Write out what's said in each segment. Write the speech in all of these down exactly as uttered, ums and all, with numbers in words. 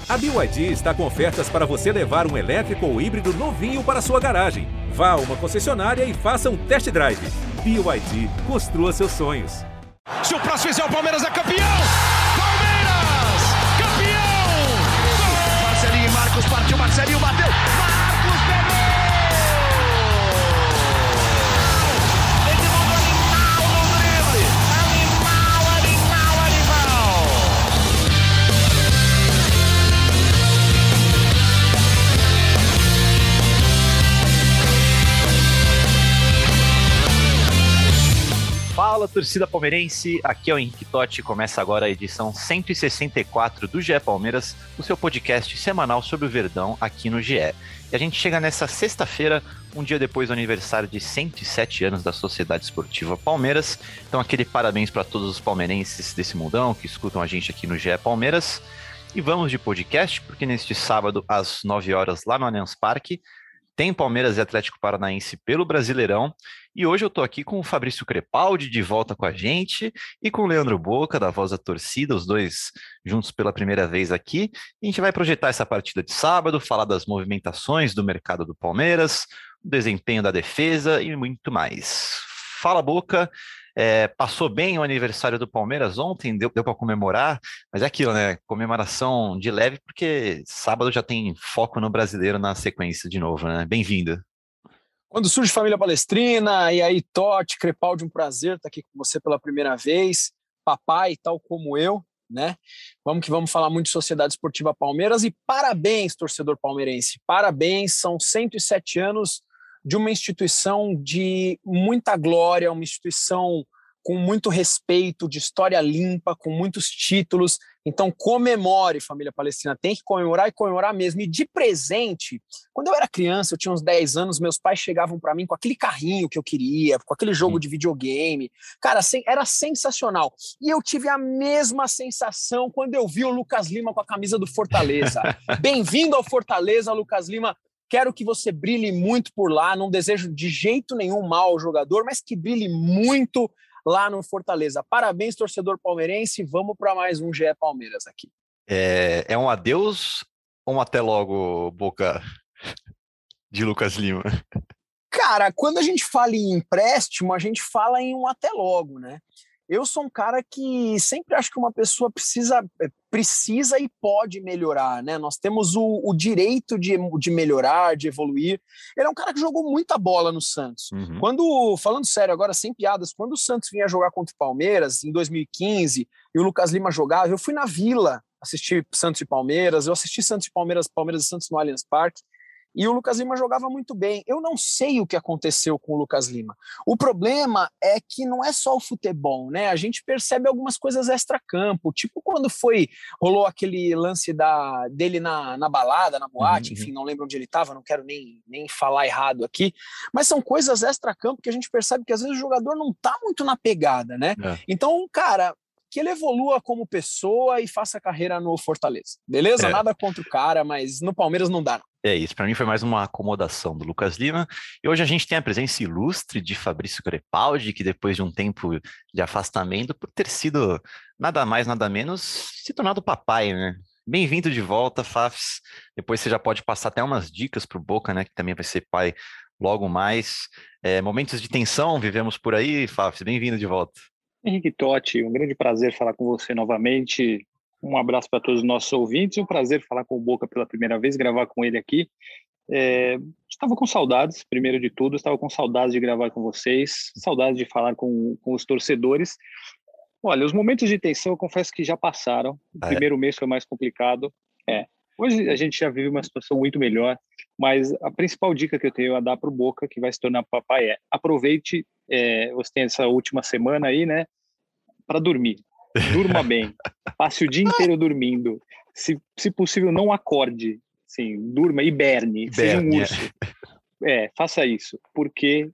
A B Y D está com ofertas para você levar um elétrico ou híbrido novinho para sua garagem. Vá a uma concessionária e faça um test drive. B Y D, construa seus sonhos. Se o próximo fizer, o Palmeiras é campeão! Palmeiras! Campeão! Gol! Marcelinho e Marcos, partiu Marcelinho, bateu! Marcos pegou! Edmundo animal no drible! Animal, animal, animal! Fala, torcida palmeirense, aqui é o Henrique Totti, começa agora a edição cento e sessenta e quatro do G E Palmeiras, o seu podcast semanal sobre o Verdão aqui no G E. E a gente chega nessa sexta-feira, um dia depois do aniversário de cento e sete anos da Sociedade Esportiva Palmeiras. Então aquele parabéns para todos os palmeirenses desse mundão que escutam a gente aqui no G E Palmeiras. E vamos de podcast, porque neste sábado, às nove horas, lá no Allianz Parque, tem Palmeiras e Atlético Paranaense pelo Brasileirão. E hoje eu tô aqui com o Fabrício Crepaldi, de volta com a gente, e com o Leandro Boca, da Voz da Torcida, os dois juntos pela primeira vez aqui. E a gente vai projetar essa partida de sábado, falar das movimentações do mercado do Palmeiras, o desempenho da defesa e muito mais. Fala, Boca. É, passou bem o aniversário do Palmeiras ontem, deu, deu para comemorar, mas é aquilo, né? Comemoração de leve, porque sábado já tem foco no Brasileiro na sequência de novo, né? Bem-vindo. Quando surge Família Palestrina, e aí Totti, Crepaldi, um prazer estar aqui com você pela primeira vez, papai, tal como eu, né? Vamos que vamos falar muito de Sociedade Esportiva Palmeiras, e parabéns, torcedor palmeirense, parabéns, são cento e sete anos de uma instituição de muita glória, uma instituição com muito respeito, de história limpa, com muitos títulos. Então comemore, Família Palestrina, tem que comemorar e comemorar mesmo. E de presente, quando eu era criança, eu tinha uns dez anos, meus pais chegavam para mim com aquele carrinho que eu queria, com aquele jogo de videogame. Cara, era sensacional. E eu tive a mesma sensação quando eu vi o Lucas Lima com a camisa do Fortaleza. Bem-vindo ao Fortaleza, Lucas Lima. Quero que você brilhe muito por lá, não desejo de jeito nenhum mal ao jogador, mas que brilhe muito lá no Fortaleza. Parabéns, torcedor palmeirense, vamos para mais um G E Palmeiras aqui. É, é um adeus ou um até logo, Boca, de Lucas Lima? Cara, quando a gente fala em empréstimo, a gente fala em um até logo, né? Eu sou um cara que sempre acho que uma pessoa precisa, precisa e pode melhorar, né? Nós temos o, o direito de, de melhorar, de evoluir. Ele é um cara que jogou muita bola no Santos. Uhum. Quando, falando sério agora, sem piadas, quando o Santos vinha jogar contra o Palmeiras, em dois mil e quinze, e o Lucas Lima jogava, eu fui na Vila assistir Santos e Palmeiras, eu assisti Santos e Palmeiras, Palmeiras e Santos no Allianz Parque, e o Lucas Lima jogava muito bem. Eu não sei o que aconteceu com o Lucas Lima. O problema é que não é só o futebol, né? A gente percebe algumas coisas extra-campo, tipo quando foi, rolou aquele lance da, dele na, na balada, na boate, uhum. Enfim, não lembro onde ele estava, não quero nem, nem falar errado aqui, mas são coisas extra-campo que a gente percebe que às vezes o jogador não está muito na pegada, né? É. Então, cara, que ele evolua como pessoa e faça carreira no Fortaleza, beleza? É. Nada contra o cara, mas no Palmeiras não dá, não. É isso, para mim foi mais uma acomodação do Lucas Lima. E hoje a gente tem a presença ilustre de Fabrício Crepaldi, que depois de um tempo de afastamento, por ter sido nada mais, nada menos, se tornado papai, né? Bem-vindo de volta, Fafs. Depois você já pode passar até umas dicas pro Boca, né? Que também vai ser pai logo mais. É, momentos de tensão vivemos por aí, Fafs. Bem-vindo de volta. Henrique Totti, um grande prazer falar com você novamente. Um abraço para todos os nossos ouvintes, um prazer falar com o Boca pela primeira vez, gravar com ele aqui. É, estava com saudades, primeiro de tudo, estava com saudades de gravar com vocês, saudades de falar com, com os torcedores. Olha, os momentos de tensão eu confesso que já passaram, o ah, primeiro é? mês foi mais complicado. É. Hoje a gente já vive uma situação muito melhor, mas a principal dica que eu tenho a dar para o Boca, que vai se tornar papai, é aproveite, é, você tem essa última semana aí, né, para dormir. Durma bem, passe o dia inteiro dormindo, se, se possível não acorde, sim, durma, hiberne, seja um urso, é. é, faça isso, porque,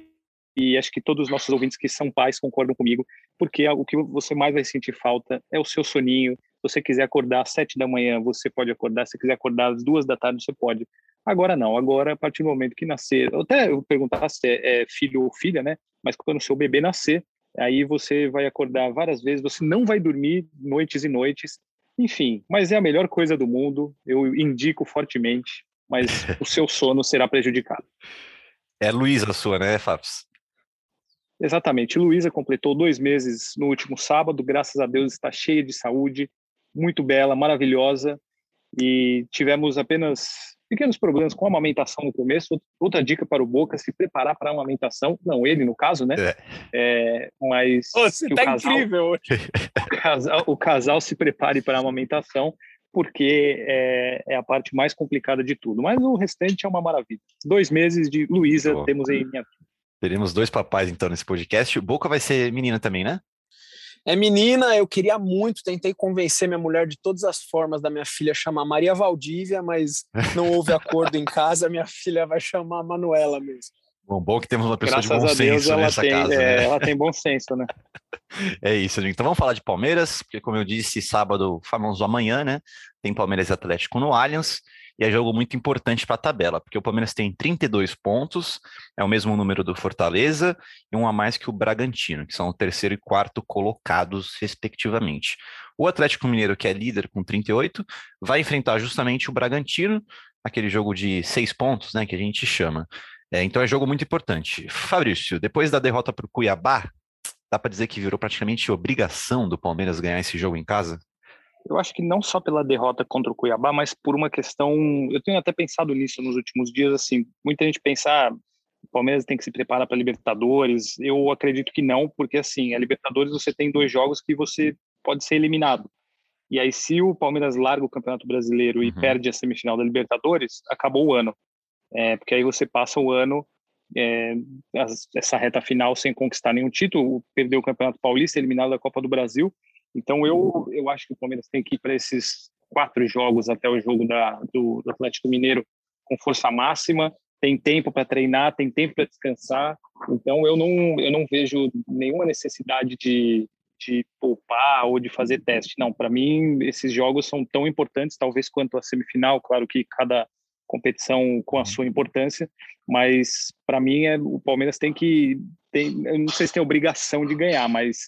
e acho que todos os nossos ouvintes que são pais concordam comigo, porque o que você mais vai sentir falta é o seu soninho. Se você quiser acordar às sete da manhã, você pode acordar, se quiser acordar às duas da tarde, você pode. Agora não, agora a partir do momento que nascer, até eu perguntar se é, é filho ou filha, né, mas quando o seu bebê nascer, aí você vai acordar várias vezes, você não vai dormir noites e noites, Enfim, mas é a melhor coisa do mundo, eu indico fortemente, mas o seu sono será prejudicado. É Luísa a sua, né, Fábio? Exatamente. Luísa completou dois meses no último sábado, graças a Deus está cheia de saúde, muito bela, maravilhosa, e tivemos apenas pequenos problemas com a amamentação no começo. Outra dica para o Boca, se preparar para a amamentação, não ele no caso, né? É. É, mas oh, você que tá o casal, incrível! O casal, o casal se prepare para a amamentação, porque é, é a parte mais complicada de tudo. Mas o restante é uma maravilha. Dois meses de Luísa temos em minha vida. Teremos dois papais, então, nesse podcast. O Boca vai ser menina também, né? É menina, eu queria muito, tentei convencer minha mulher de todas as formas da minha filha chamar Maria Valdívia, mas não houve acordo em casa, minha filha vai chamar Manuela mesmo. Bom, bom que temos uma pessoa Graças de bom a Deus, senso ela nessa tem, casa, é, né? Ela tem bom senso, né? É isso, gente. Então vamos falar de Palmeiras, porque como eu disse, sábado, famoso amanhã, né? Tem Palmeiras e Atlético no Allianz, e é jogo muito importante para a tabela, porque o Palmeiras tem trinta e dois pontos, é o mesmo número do Fortaleza, e um a mais que o Bragantino, que são o terceiro e quarto colocados, respectivamente. O Atlético Mineiro, que é líder com trinta e oito, vai enfrentar justamente o Bragantino, aquele jogo de seis pontos, né, que a gente chama. É, então é jogo muito importante. Fabrício, depois da derrota para o Cuiabá, dá para dizer que virou praticamente obrigação do Palmeiras ganhar esse jogo em casa? Eu acho que não só pela derrota contra o Cuiabá, mas por uma questão... Eu tenho até pensado nisso nos últimos dias, assim, muita gente pensa, ah, o Palmeiras tem que se preparar para a Libertadores. Eu acredito que não, porque assim, a Libertadores você tem dois jogos que você pode ser eliminado. E aí se o Palmeiras larga o Campeonato Brasileiro e Uhum. perde a semifinal da Libertadores, acabou o ano. É, porque aí você passa o ano, é, essa reta final sem conquistar nenhum título, perdeu o Campeonato Paulista, eliminado da Copa do Brasil. Então eu, eu acho que o Palmeiras tem que ir para esses quatro jogos até o jogo da, do, do Atlético Mineiro com força máxima, tem tempo para treinar, tem tempo para descansar, então eu não, eu não vejo nenhuma necessidade de, de poupar ou de fazer teste. Não, para mim esses jogos são tão importantes, talvez quanto a semifinal, claro que cada competição com a sua importância, mas para mim é, o Palmeiras tem que, tem, eu não sei se tem obrigação de ganhar, mas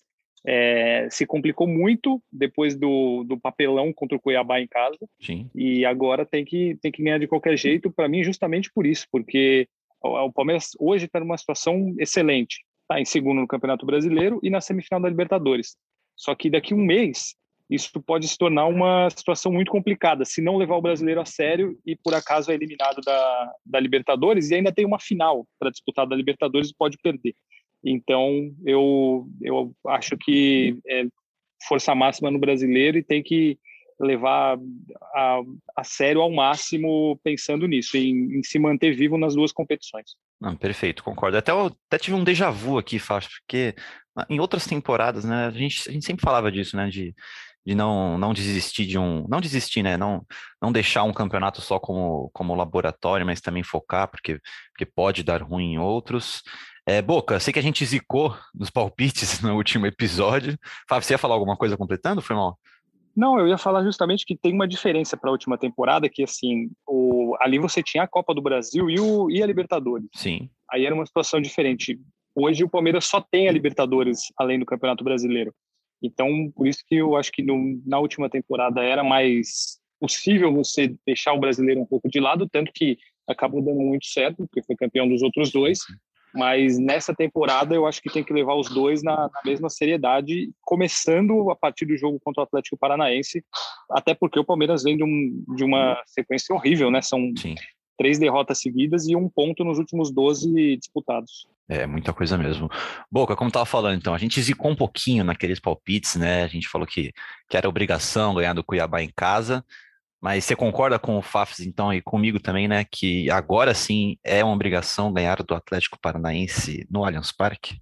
é, se complicou muito depois do, do papelão contra o Cuiabá em casa. Sim. E agora tem que, tem que ganhar de qualquer jeito, para mim justamente por isso, porque o, o Palmeiras hoje está numa situação excelente, está em segundo no Campeonato Brasileiro e na semifinal da Libertadores, só que daqui a um mês isso pode se tornar uma situação muito complicada, se não levar o brasileiro a sério e por acaso é eliminado da, da Libertadores e ainda tem uma final para disputar da Libertadores e pode perder. Então eu, eu acho que é força máxima no brasileiro e tem que levar a, a sério ao máximo pensando nisso, em, em se manter vivo nas duas competições. Não, perfeito, concordo. Até, eu, até tive um déjà vu aqui, Fábio, porque em outras temporadas, né, a gente, a gente sempre falava disso, né, de, de não, não desistir de um... Não desistir, né, não, não deixar um campeonato só como, como laboratório, mas também focar, porque, porque pode dar ruim em outros. É, Boca, sei que a gente zicou nos palpites no último episódio. Fábio, você ia falar alguma coisa completando? Foi mal? Não, eu ia falar justamente que tem uma diferença para a última temporada, que assim, o, ali você tinha a Copa do Brasil e, o, e a Libertadores. Sim. Aí era uma situação diferente. Hoje o Palmeiras só tem a Libertadores, além do Campeonato Brasileiro. Então, por isso que eu acho que no, na última temporada era mais possível você deixar o brasileiro um pouco de lado, tanto que acabou dando muito certo, porque foi campeão dos outros dois. Mas nessa temporada eu acho que tem que levar os dois na, na mesma seriedade, começando a partir do jogo contra o Atlético Paranaense, até porque o Palmeiras vem de, um, de uma sequência horrível, né? São Sim. três derrotas seguidas e um ponto nos últimos doze disputados. É, muita coisa mesmo. Boca, como estava falando, então, a gente zicou um pouquinho naqueles palpites, né? A gente falou que, que era obrigação ganhar do Cuiabá em casa, mas você concorda com o Fafs, então, e comigo também, né? Que agora sim é uma obrigação ganhar do Atlético Paranaense no Allianz Parque?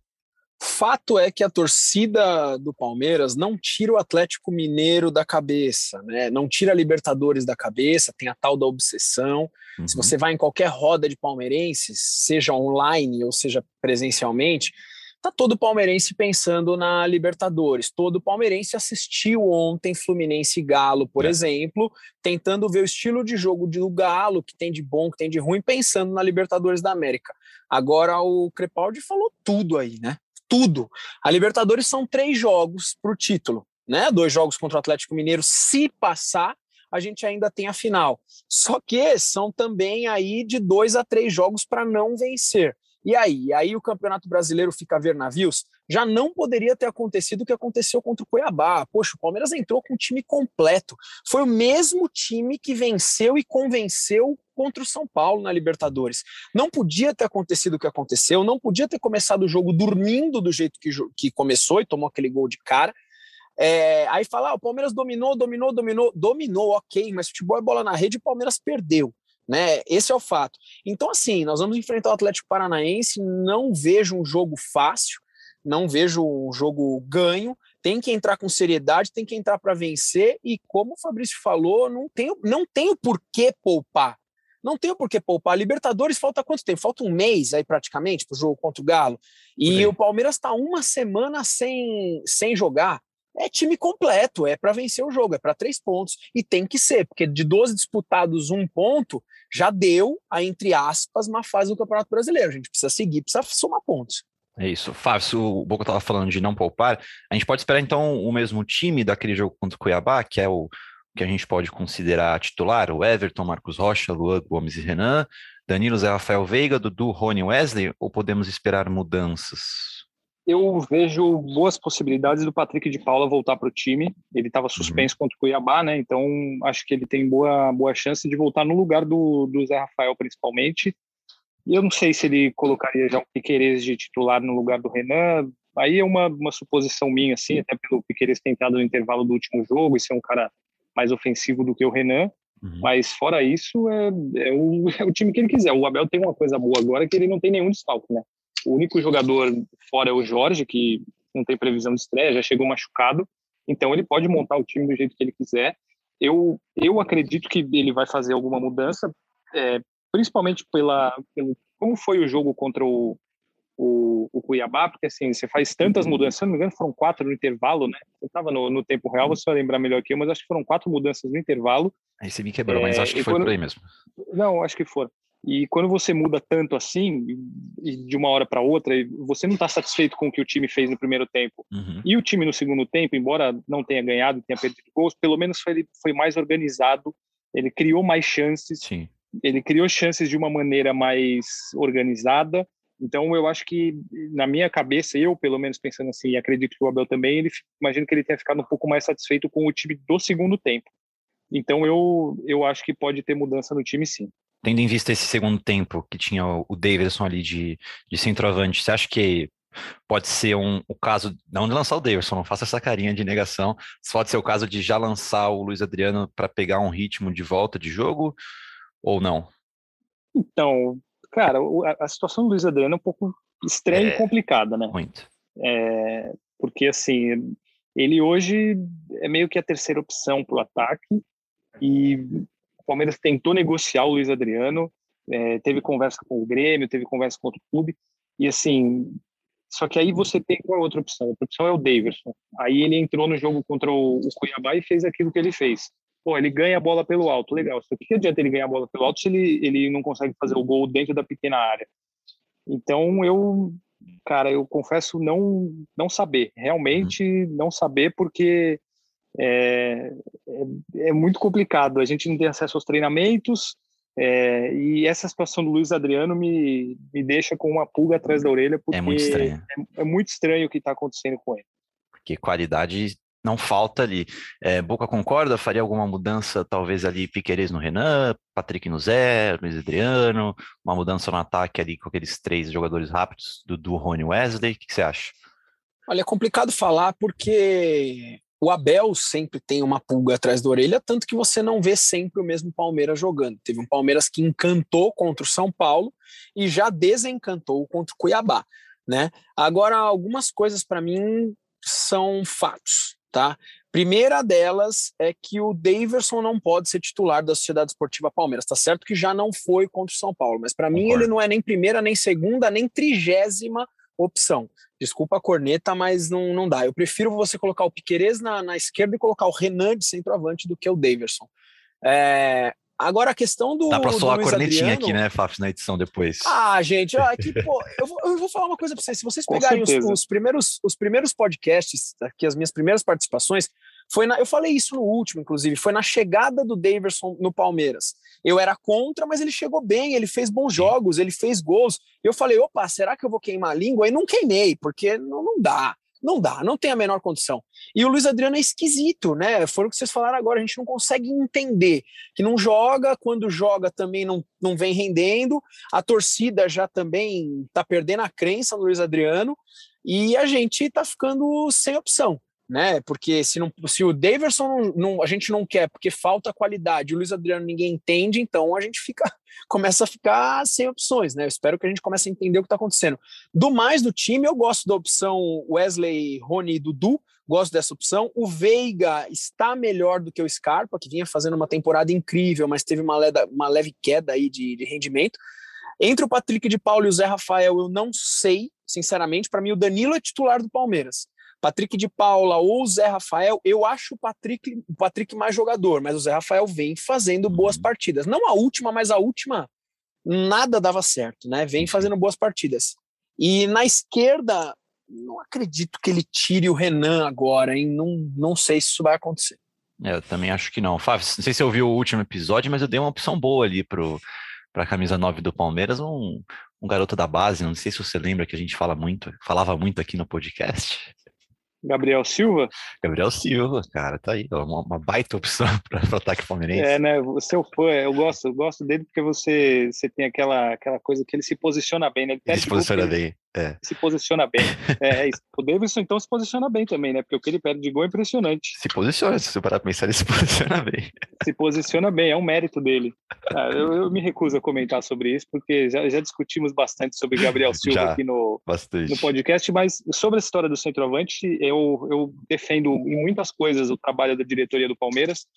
Fato é que a torcida do Palmeiras não tira o Atlético Mineiro da cabeça, né? Não tira a Libertadores da cabeça, tem a tal da obsessão. Uhum. Se você vai em qualquer roda de palmeirenses, seja online ou seja presencialmente, tá todo palmeirense pensando na Libertadores. Todo palmeirense assistiu ontem Fluminense e Galo, por é. exemplo, tentando ver o estilo de jogo do Galo, que tem de bom, que tem de ruim, pensando na Libertadores da América. Agora o Crepaldi falou tudo aí, né? Tudo. A Libertadores são três jogos para o título. né? Dois jogos contra o Atlético Mineiro, se passar, a gente ainda tem a final. Só que são também aí de dois a três jogos para não vencer. E aí? E aí o Campeonato Brasileiro fica a ver navios? Já não poderia ter acontecido o que aconteceu contra o Cuiabá. Poxa, o Palmeiras entrou com um time completo. Foi o mesmo time que venceu e convenceu contra o São Paulo na Libertadores. Não podia ter acontecido o que aconteceu, não podia ter começado o jogo dormindo do jeito que, que começou e tomou aquele gol de cara. É, aí fala, ah, o Palmeiras dominou, dominou, dominou, dominou, ok, mas futebol é bola na rede e o Palmeiras perdeu. Né? Esse é o fato. Então, assim, nós vamos enfrentar o Atlético Paranaense. Não vejo um jogo fácil, não vejo um jogo ganho. Tem que entrar com seriedade, tem que entrar para vencer. E como o Fabrício falou, não tenho, não tenho por que poupar. Não tenho por que poupar. Libertadores falta quanto tempo? Falta um mês aí praticamente para o jogo contra o Galo. E o Palmeiras está uma semana sem, sem jogar. É time completo, é para vencer o jogo, é para três pontos. E tem que ser, porque de doze disputados, um ponto já deu a, entre aspas, uma fase do Campeonato Brasileiro. A gente precisa seguir, precisa somar pontos. É isso. Fábio, se o Boca estava falando de não poupar, a gente pode esperar então o mesmo time daquele jogo contra o Cuiabá, que é o que a gente pode considerar titular, o Everton, Marcos Rocha, Luan Gomes e Renan, Danilo, Zé Rafael Veiga, Dudu, Rony, Wesley, ou podemos esperar mudanças? Eu vejo boas possibilidades do Patrick de Paula voltar para o time. Ele estava suspenso uhum. contra o Cuiabá, né? Então acho que ele tem boa, boa chance de voltar no lugar do, do Zé Rafael, principalmente. E eu não sei se ele colocaria já o Piquerez de titular no lugar do Renan. Aí é uma, uma suposição minha, assim, até pelo Piquerez ter entrado no intervalo do último jogo e ser um cara mais ofensivo do que o Renan. Uhum. Mas fora isso, é, é, o, é o time que ele quiser. O Abel tem uma coisa boa agora, que ele não tem nenhum desfalque, né? O único jogador fora é o Jorge, que não tem previsão de estreia, já chegou machucado. Então ele pode montar o time do jeito que ele quiser. Eu, eu acredito que ele vai fazer alguma mudança, é, principalmente pela, pelo como foi o jogo contra o, o, o Cuiabá, porque assim, você faz tantas mudanças, se não me engano foram quatro no intervalo, né? Eu estava no, no tempo real, você vai lembrar melhor que eu, mas acho que foram quatro mudanças no intervalo. Aí você me quebrou, é, mas acho que foi quando... por aí mesmo. Não, acho que foi. E quando você muda tanto assim, e de uma hora para outra, você não está satisfeito com o que o time fez no primeiro tempo. Uhum. E o time no segundo tempo, embora não tenha ganhado, tenha perdido gols, pelo menos foi, foi mais organizado, ele criou mais chances, Sim. ele criou chances de uma maneira mais organizada. Então eu acho que, na minha cabeça, eu pelo menos pensando assim, e acredito que o Abel também, ele, imagino que ele tenha ficado um pouco mais satisfeito com o time do segundo tempo. Então eu, eu acho que pode ter mudança no time, sim. Tendo em vista esse segundo tempo, que tinha o Daverson ali de, de centroavante, você acha que pode ser um, o caso, não de lançar o Daverson, não faça essa carinha de negação, pode ser o caso de já lançar o Luiz Adriano para pegar um ritmo de volta de jogo, ou não? Então, cara, a, a situação do Luiz Adriano é um pouco estranha é, e complicada, né? Muito. É, porque, assim, ele hoje é meio que a terceira opção para o ataque, e o Palmeiras tentou negociar o Luiz Adriano, é, teve conversa com o Grêmio, teve conversa com outro clube, e assim, só que aí você tem qual é a outra opção? A outra opção é o Daverson. Aí ele entrou no jogo contra o, o Cuiabá e fez aquilo que ele fez. Pô, ele ganha a bola pelo alto, legal. Só que que adianta ele ganhar a bola pelo alto se ele, ele não consegue fazer o gol dentro da pequena área? Então eu, cara, eu confesso não, não saber, realmente não saber, porque É, é, é muito complicado, a gente não tem acesso aos treinamentos, é, e essa situação do Luiz Adriano me, me deixa com uma pulga atrás da orelha, porque é muito estranho, é, é muito estranho o que está acontecendo com ele. Porque qualidade não falta ali. É, Boca concorda? Faria alguma mudança, talvez ali Piquerez no Renan, Patrick no Zé, Luiz Adriano, uma mudança no ataque ali com aqueles três jogadores rápidos, Dudu, Rony e Wesley, o que, que você acha? Olha, é complicado falar porque o Abel sempre tem uma pulga atrás da orelha, tanto que você não vê sempre o mesmo Palmeiras jogando. Teve um Palmeiras que encantou contra o São Paulo e já desencantou contra o Cuiabá, né? Agora, algumas coisas para mim são fatos, tá? Primeira delas é que o Daverson não pode ser titular da Sociedade Esportiva Palmeiras. Tá certo que já não foi contra o São Paulo, mas para mim ele não é nem primeira, nem segunda, nem trigésima opção. Desculpa a corneta, mas não, não dá. Eu prefiro você colocar o Piquerez na, na esquerda e colocar o Renan de centroavante do que o Daverson. É, Agora a questão do Dá pra soar do a Luiz cornetinha Adriano... aqui, né, Fafs, na edição depois. Ah, gente, ó, aqui, pô, eu, vou, eu vou falar uma coisa pra vocês. Se vocês Com pegarem os, certeza. os, primeiros, os primeiros podcasts, aqui, as minhas primeiras participações, foi na, eu falei isso no último, inclusive, foi na chegada do Daverson no Palmeiras. Eu era contra, mas ele chegou bem, ele fez bons jogos, ele fez gols. Eu falei, opa, será que eu vou queimar a língua? E não queimei, porque não, não dá. Não dá, não tem a menor condição. E o Luiz Adriano é esquisito, né? Foi o que vocês falaram agora, a gente não consegue entender. Que não joga, quando joga também não, não vem rendendo, a torcida já também tá perdendo a crença no Luiz Adriano, e a gente tá ficando sem opção, né? Porque se, não, se o Daverson não, não, a gente não quer porque falta qualidade, o Luiz Adriano ninguém entende, então a gente fica, começa a ficar sem opções, né? Eu espero que a gente comece a entender o que está acontecendo. Do mais do time, eu gosto da opção Wesley, Rony e Dudu, gosto dessa opção. O Veiga está melhor do que o Scarpa, que vinha fazendo uma temporada incrível, mas teve uma, leda, uma leve queda aí de, de rendimento. Entre o Patrick de Paula e o Zé Rafael, eu não sei, sinceramente. Para mim, o Danilo é titular do Palmeiras. Patrick de Paula ou o Zé Rafael, eu acho o Patrick, o Patrick mais jogador, mas o Zé Rafael vem fazendo boas partidas. Não a última, mas a última, nada dava certo, né? Vem fazendo boas partidas. E na esquerda, não acredito que ele tire o Renan agora, hein? Não, não sei se isso vai acontecer. É, eu também acho que não. Fábio, não sei se você ouviu o último episódio, mas eu dei uma opção boa ali pro, pra camisa nove do Palmeiras, um, um garoto da base, não sei se você lembra que a gente fala muito, falava muito aqui no podcast. Gabriel Silva? Gabriel Silva, cara, tá aí, uma, uma baita opção para o ataque palmeirense. É, né, seu fã, eu gosto, eu gosto dele porque você, você tem aquela, aquela coisa que ele se posiciona bem, né? Ele, ele se posiciona bem, é. Se posiciona bem. É, é isso. O Davidson, então, se posiciona bem também, né? Porque o que ele perde de gol é impressionante. Se posiciona, se você parar pra pensar, ele se posiciona bem. Se posiciona bem, é um mérito dele. Ah, eu, eu me recuso a comentar sobre isso, porque já, já discutimos bastante sobre Gabriel Silva já, aqui no, no podcast, mas sobre a história do centroavante, eu, eu defendo em muitas coisas o trabalho da diretoria do Palmeiras,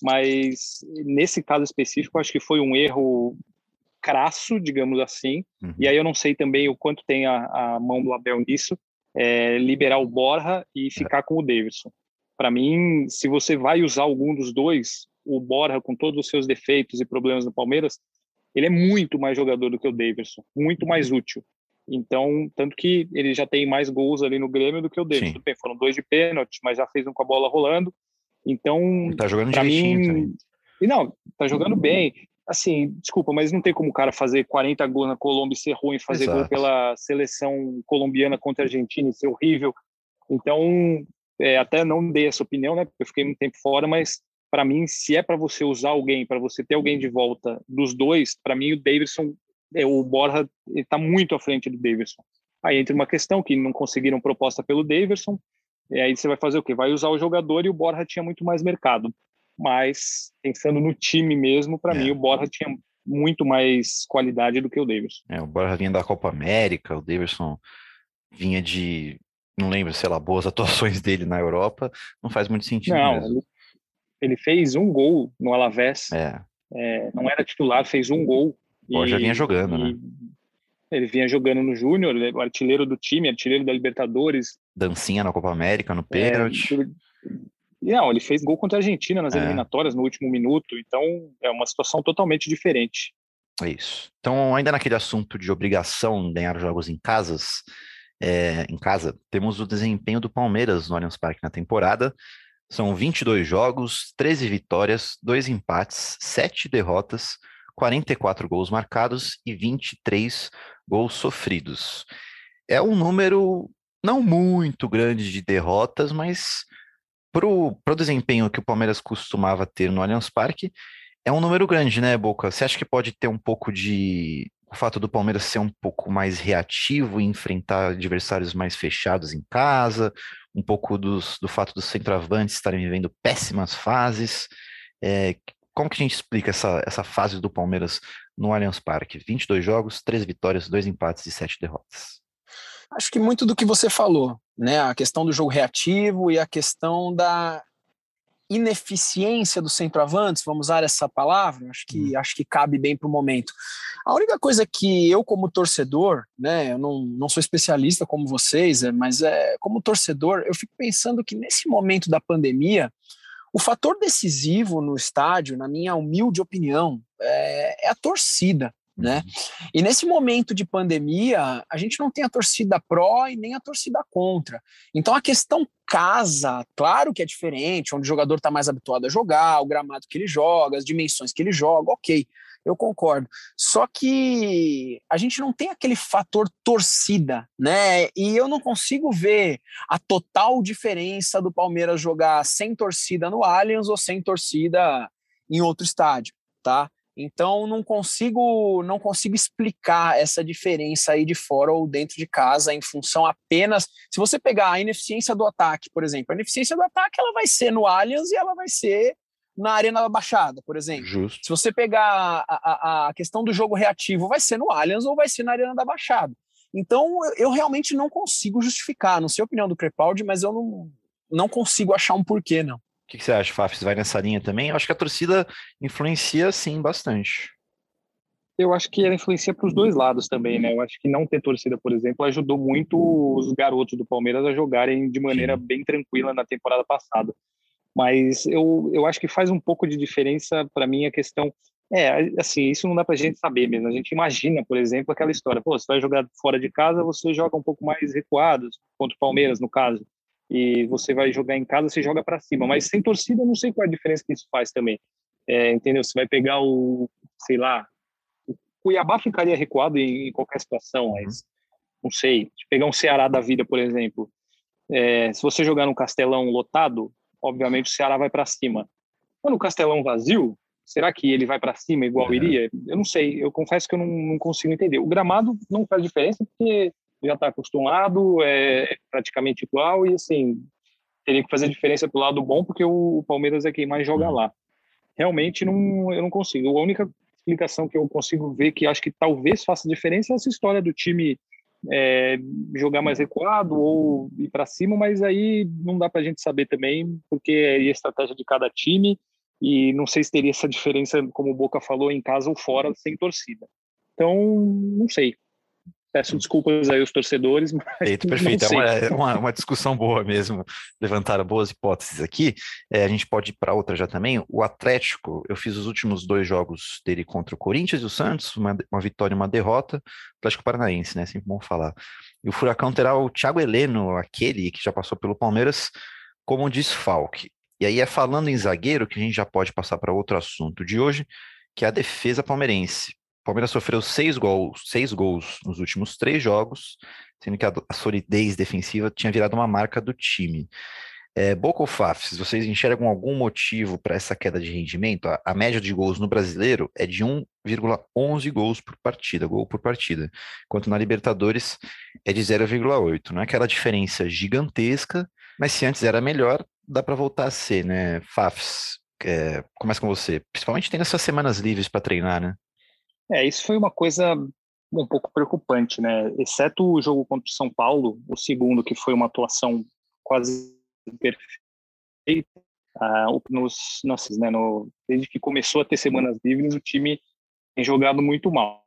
mas nesse caso específico, acho que foi um erro crasso, digamos assim, uhum. E aí eu não sei também o quanto tem a, a mão do Abel nisso, é, liberar o Borja e ficar é. com o Davidson. Para mim, se você vai usar algum dos dois, o Borja, com todos os seus defeitos e problemas no Palmeiras, ele é muito mais jogador do que o Davidson, muito mais útil. Então, tanto que ele já tem mais gols ali no Grêmio do que o Davidson. Bem, foram dois de pênalti, mas já fez um com a bola rolando. Então, ele tá jogando para mim, também. E não, tá jogando bem. Assim, desculpa, mas não tem como o cara fazer quarenta gols na Colômbia e ser ruim, fazer Exato. Gol pela seleção colombiana contra a Argentina e ser horrível. Então, é, até não dei essa opinião, né? Porque eu fiquei muito tempo fora, mas para mim, se é para você usar alguém, para você ter alguém de volta dos dois, para mim o Davidson, é, o Borja, ele tá muito à frente do Davidson. Aí entra uma questão que não conseguiram proposta pelo Davidson, e aí você vai fazer o quê? Vai usar o jogador, e o Borja tinha muito mais mercado. Mas, pensando no time mesmo, para é. mim o Borja tinha muito mais qualidade do que o Davidson. É, o Borja vinha da Copa América, o Davidson vinha de, não lembro, sei lá, boas atuações dele na Europa, não faz muito sentido não, mesmo. Ele, ele fez um gol no Alavés, é. É, não era titular, fez um gol. O Borja e, vinha jogando, e, né? Ele vinha jogando no Júnior, o artilheiro do time, artilheiro da Libertadores. Dancinha na Copa América, no pênalti. É, Não, ele fez gol contra a Argentina nas é. eliminatórias no último minuto, então é uma situação totalmente diferente. É isso. Então, ainda naquele assunto de obrigação de ganhar jogos em casas, é, em casa, temos o desempenho do Palmeiras no Allianz Parque na temporada. São vinte e dois jogos, treze vitórias, dois empates, sete derrotas, quarenta e quatro gols marcados e vinte e três gols sofridos. É um número não muito grande de derrotas, mas para o desempenho que o Palmeiras costumava ter no Allianz Parque, é um número grande, né, Boca? Você acha que pode ter um pouco de... o fato do Palmeiras ser um pouco mais reativo e enfrentar adversários mais fechados em casa, um pouco dos, do fato dos centroavantes estarem vivendo péssimas fases? É, como que a gente explica essa, essa fase do Palmeiras no Allianz Parque? vinte e dois jogos, três vitórias, dois empates e sete derrotas. Acho que muito do que você falou, né? A questão do jogo reativo e a questão da ineficiência dos centroavantes, vamos usar essa palavra, acho que, hum. acho que cabe bem para o momento. A única coisa que eu, como torcedor, né, eu não, não sou especialista como vocês, mas é, como torcedor, eu fico pensando que nesse momento da pandemia, O fator decisivo no estádio, na minha humilde opinião, é, é a torcida, né? E nesse momento de pandemia, a gente não tem a torcida pró e nem a torcida contra. Então a questão casa, claro que é diferente, onde o jogador está mais habituado a jogar, o gramado que ele joga, as dimensões que ele joga, ok, eu concordo. Só que a gente não tem aquele fator torcida, né? E eu não consigo ver a total diferença do Palmeiras jogar sem torcida no Allianz ou sem torcida em outro estádio, tá? Então não consigo, não consigo explicar essa diferença aí de fora ou dentro de casa em função apenas... Se você pegar a ineficiência do ataque, por exemplo, a ineficiência do ataque ela vai ser no Allianz e ela vai ser na Arena da Baixada, por exemplo. Justo. Se você pegar a, a, a questão do jogo reativo, vai ser no Allianz ou vai ser na Arena da Baixada. Então eu, eu realmente não consigo justificar, não sei a opinião do Crepaldi, mas eu não, não consigo achar um porquê, não. O que, que você acha, Faf? Você vai nessa linha também? Eu acho que a torcida influencia, sim, bastante. Eu acho que ela influencia para os dois lados também, né? Eu acho que não ter torcida, por exemplo, ajudou muito os garotos do Palmeiras a jogarem de maneira sim. bem tranquila na temporada passada. Mas eu, eu acho que faz um pouco de diferença para mim a questão... É, assim, isso não dá para a gente saber mesmo. A gente imagina, por exemplo, aquela história. Pô, você vai jogar fora de casa, você joga um pouco mais recuado, contra o Palmeiras, no caso. E você vai jogar em casa, você joga para cima. Mas sem torcida, eu não sei qual é a diferença que isso faz também. É, entendeu? Você vai pegar o, sei lá... O Cuiabá ficaria recuado em, em qualquer situação, mas... Não sei. Se pegar um Ceará da vida, por exemplo. É, se você jogar num Castelão lotado... Obviamente o Ceará vai para cima. Mas no Castelão vazio, será que ele vai para cima igual iria? Eu não sei, eu confesso que eu não, não consigo entender. O gramado não faz diferença porque já está acostumado, é praticamente igual e assim, teria que fazer diferença pro lado bom porque o, o Palmeiras é quem mais joga lá. Realmente não, eu não consigo. A única explicação que eu consigo ver que acho que talvez faça diferença é essa história do time É, jogar mais recuado ou ir para cima, mas aí não dá para a gente saber também, porque é a estratégia de cada time e não sei se teria essa diferença, como o Boca falou, em casa ou fora, sem torcida. Então, não sei. Peço desculpas aí aos torcedores, mas perfeito, perfeito. É uma, uma, uma discussão boa mesmo. Levantaram boas hipóteses aqui. É, a gente pode ir para outra já também. O Atlético, eu fiz os últimos dois jogos dele contra o Corinthians e o Santos, uma, uma vitória e uma derrota. Atlético Paranaense, né? Sempre bom falar. E o Furacão terá o Thiago Heleno, aquele que já passou pelo Palmeiras, como desfalque. E aí é falando em zagueiro que a gente já pode passar para outro assunto de hoje, que é a defesa palmeirense. O Palmeiras sofreu seis gols, seis gols nos últimos três jogos, sendo que a, a solidez defensiva tinha virado uma marca do time. É, Boca ou Faf, vocês enxergam algum motivo para essa queda de rendimento? A, a média de gols no Brasileiro é de um vírgula onze gols por partida, gol por partida, enquanto na Libertadores é de zero vírgula oito. Não é aquela diferença gigantesca, mas se antes era melhor, dá para voltar a ser, né? Fafs, é, começa com você. Principalmente tendo essas semanas livres para treinar, né? É, isso foi uma coisa um pouco preocupante, né? Exceto o jogo contra o São Paulo, o segundo, que foi uma atuação quase perfeita, uh, nos, nossa, né, no, desde que começou a ter semanas livres, o time tem jogado muito mal.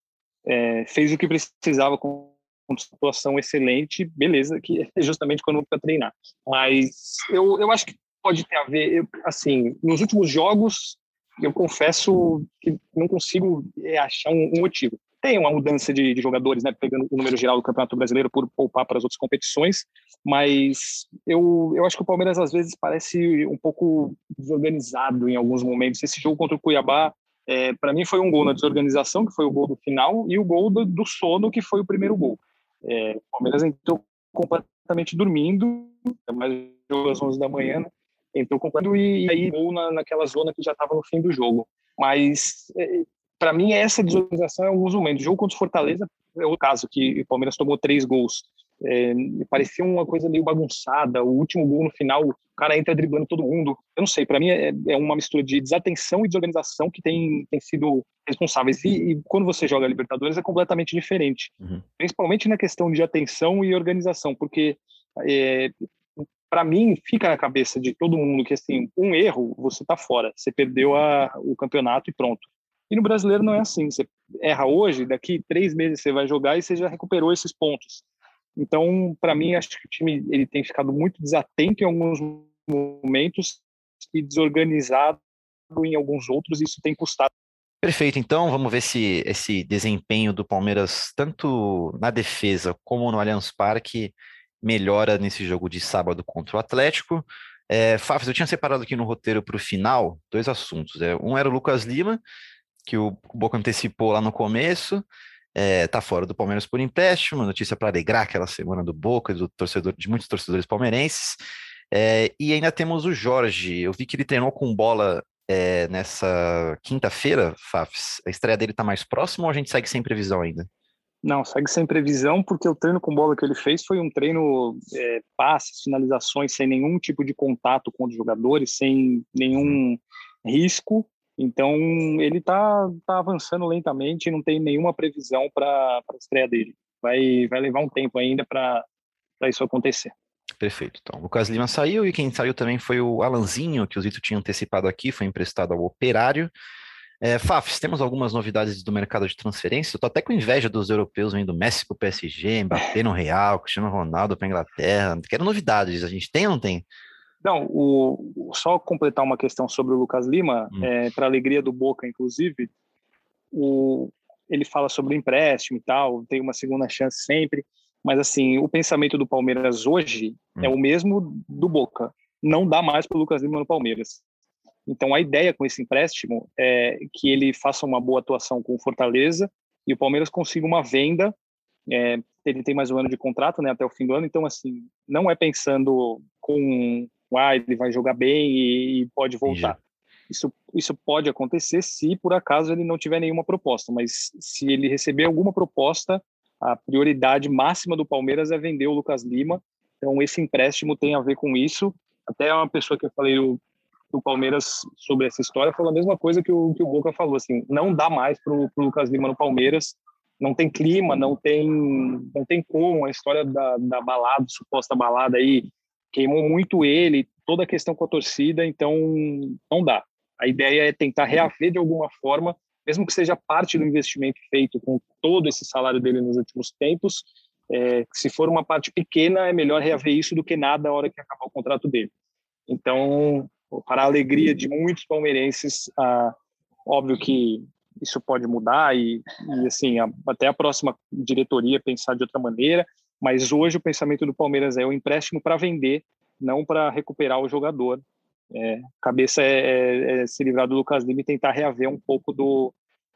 É, fez o que precisava com uma situação excelente, beleza, que é justamente quando para treinar. Mas eu, eu acho que pode ter a ver, eu, assim, nos últimos jogos, eu confesso que não consigo achar um, um motivo. Tem uma mudança de, de jogadores, né, pegando o número geral do Campeonato Brasileiro por poupar para as outras competições, mas eu, eu acho que o Palmeiras às vezes parece um pouco desorganizado em alguns momentos. Esse jogo contra o Cuiabá, é, para mim foi um gol na desorganização, que foi o gol do final, e o gol do, do sono, que foi o primeiro gol. É, o Palmeiras entrou completamente dormindo, mais jogo às onze da manhã, né? Entrou completo e aí gol na, naquela zona que já estava no fim do jogo. Mas, é, para mim, essa desorganização é alguns momentos. O jogo contra o Fortaleza é o caso, que o Palmeiras tomou três gols. É, parecia uma coisa meio bagunçada. O último gol no final, o cara entra driblando todo mundo. Eu não sei, para mim é, é uma mistura de desatenção e desorganização que tem, tem sido responsáveis. E, e quando você joga Libertadores é completamente diferente. Uhum. Principalmente na questão de atenção e organização, porque... É, para mim, fica na cabeça de todo mundo que, assim, um erro, você tá fora. Você perdeu a, o campeonato e pronto. E no brasileiro não é assim. Você erra hoje, daqui três meses você vai jogar e você já recuperou esses pontos. Então, para mim, acho que o time ele tem ficado muito desatento em alguns momentos que desorganizado em alguns outros, e isso tem custado. Perfeito, então vamos ver se esse desempenho do Palmeiras, tanto na defesa como no Allianz Parque, melhora nesse jogo de sábado contra o Atlético. É, Fafs, eu tinha separado aqui no roteiro para o final dois assuntos. É, um era o Lucas Lima, que o Boca antecipou lá no começo, é, tá fora do Palmeiras por empréstimo, notícia para alegrar aquela semana do Boca e do torcedor, de muitos torcedores palmeirenses. É, e ainda temos o Jorge, eu vi que ele treinou com bola é, nessa quinta-feira, Fafs. A estreia dele tá mais próxima ou a gente segue sem previsão ainda? Não, segue sem previsão, porque o treino com bola que ele fez foi um treino é, passes, finalizações, sem nenhum tipo de contato com os jogadores, sem nenhum risco. Então, ele tá, tá avançando lentamente, não tem nenhuma previsão para a estreia dele. Vai, vai levar um tempo ainda para isso acontecer. Perfeito. Então, o Lucas Lima saiu e quem saiu também foi o Alanzinho, que o Zito tinha antecipado aqui, foi emprestado ao Operário. É, Fafs, temos algumas novidades do mercado de transferência. Eu tô até com inveja dos europeus vendo Messi pro P S G, Mbappé no Real, Cristiano Ronaldo para Inglaterra. Quero novidades. A gente tem ou não tem? Não, o, só completar uma questão sobre o Lucas Lima, hum. é, para alegria do Boca, inclusive, o, ele fala sobre o empréstimo e tal, tem uma segunda chance sempre, mas assim, o pensamento do Palmeiras hoje hum. é o mesmo do Boca. Não dá mais para o Lucas Lima no Palmeiras. Então, a ideia com esse empréstimo é que ele faça uma boa atuação com o Fortaleza e o Palmeiras consiga uma venda. É, ele tem mais um ano de contrato, né, até o fim do ano. Então, assim, não é pensando com ah, ele vai jogar bem e, e pode voltar. Isso, isso pode acontecer se, por acaso, ele não tiver nenhuma proposta. Mas se ele receber alguma proposta, a prioridade máxima do Palmeiras é vender o Lucas Lima. Então, esse empréstimo tem a ver com isso. Até uma pessoa que eu falei... Eu, do Palmeiras sobre essa história falou a mesma coisa que o, que o Boca falou, assim, não dá mais para o Lucas Lima no Palmeiras, não tem clima, não tem, não tem como, a história da, da balada, suposta balada aí, queimou muito ele, toda a questão com a torcida, então não dá. A ideia é tentar reaver de alguma forma, mesmo que seja parte do investimento feito com todo esse salário dele nos últimos tempos, é, se for uma parte pequena, é melhor reaver isso do que nada na hora que acabar o contrato dele. Então, para a alegria de muitos palmeirenses, ah, óbvio que isso pode mudar e, e assim, a, até a próxima diretoria pensar de outra maneira, mas hoje o pensamento do Palmeiras é o empréstimo para vender, não para recuperar o jogador. É, cabeça é, é, é se livrar do Lucas Lima e tentar reaver um pouco do,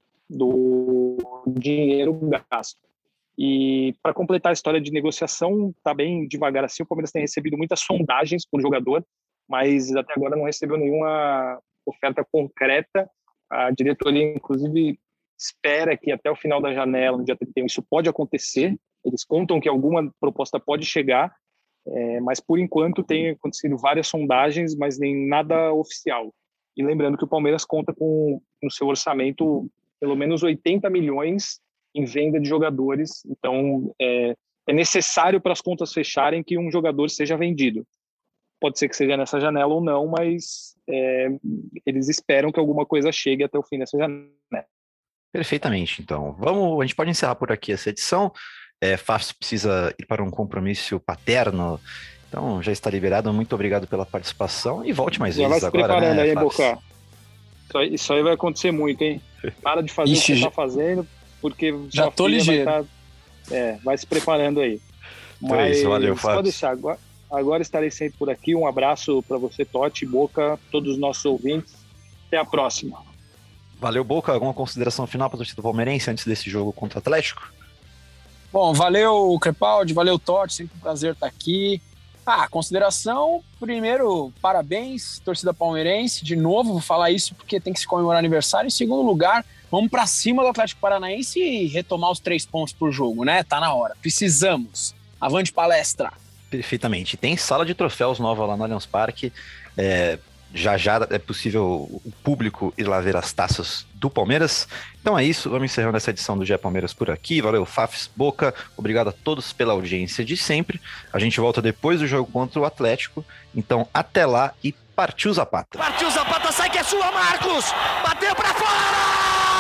do dinheiro gasto. E para completar a história de negociação, está bem devagar assim, o Palmeiras tem recebido muitas sondagens por jogador, mas até agora não recebeu nenhuma oferta concreta. A diretoria, inclusive, espera que até o final da janela, no dia trinta e um, isso pode acontecer. Eles contam que alguma proposta pode chegar, é, mas por enquanto tem acontecido várias sondagens, mas nem nada oficial. E lembrando que o Palmeiras conta com, no seu orçamento, pelo menos oitenta milhões em venda de jogadores. Então, é, é necessário para as contas fecharem que um jogador seja vendido. Pode ser que seja nessa janela ou não, mas é, eles esperam que alguma coisa chegue até o fim dessa janela. Perfeitamente, então. Vamos, a gente pode encerrar por aqui essa edição. É, Fafs precisa ir para um compromisso paterno, então já está liberado. Muito obrigado pela participação e volte mais já vezes vai se agora, preparando né, aí, Fafs? Boca. Isso aí, isso aí vai acontecer muito, hein? Para de fazer Ixi, o que você está fazendo, porque já tô ligeiro. Vai, tá, é, vai se preparando aí. Mas é isso, valeu, Fafs. Pode deixar agora. Agora estarei sempre por aqui. Um abraço para você, Totti, Boca, todos os nossos ouvintes. Até a próxima. Valeu, Boca. Alguma consideração final para o torcedor palmeirense antes desse jogo contra o Atlético? Bom, valeu, Crepaldi, valeu, Totti. Sempre um prazer estar aqui. Ah, consideração, primeiro, parabéns, torcida palmeirense. De novo, vou falar isso porque tem que se comemorar aniversário. Em segundo lugar, vamos para cima do Atlético Paranaense e retomar os três pontos por jogo, né? Tá na hora. Precisamos. Avante palestra. Perfeitamente. Tem sala de troféus nova lá no Allianz Parque. É, já já é possível o público ir lá ver as taças do Palmeiras. Então é isso. Vamos encerrando essa edição do G E Palmeiras por aqui. Valeu, Fafs, Boca. Obrigado a todos pela audiência de sempre. A gente volta depois do jogo contra o Atlético. Então até lá e partiu Zapata. Partiu Zapata, sai que é sua, Marcos! Bateu pra fora!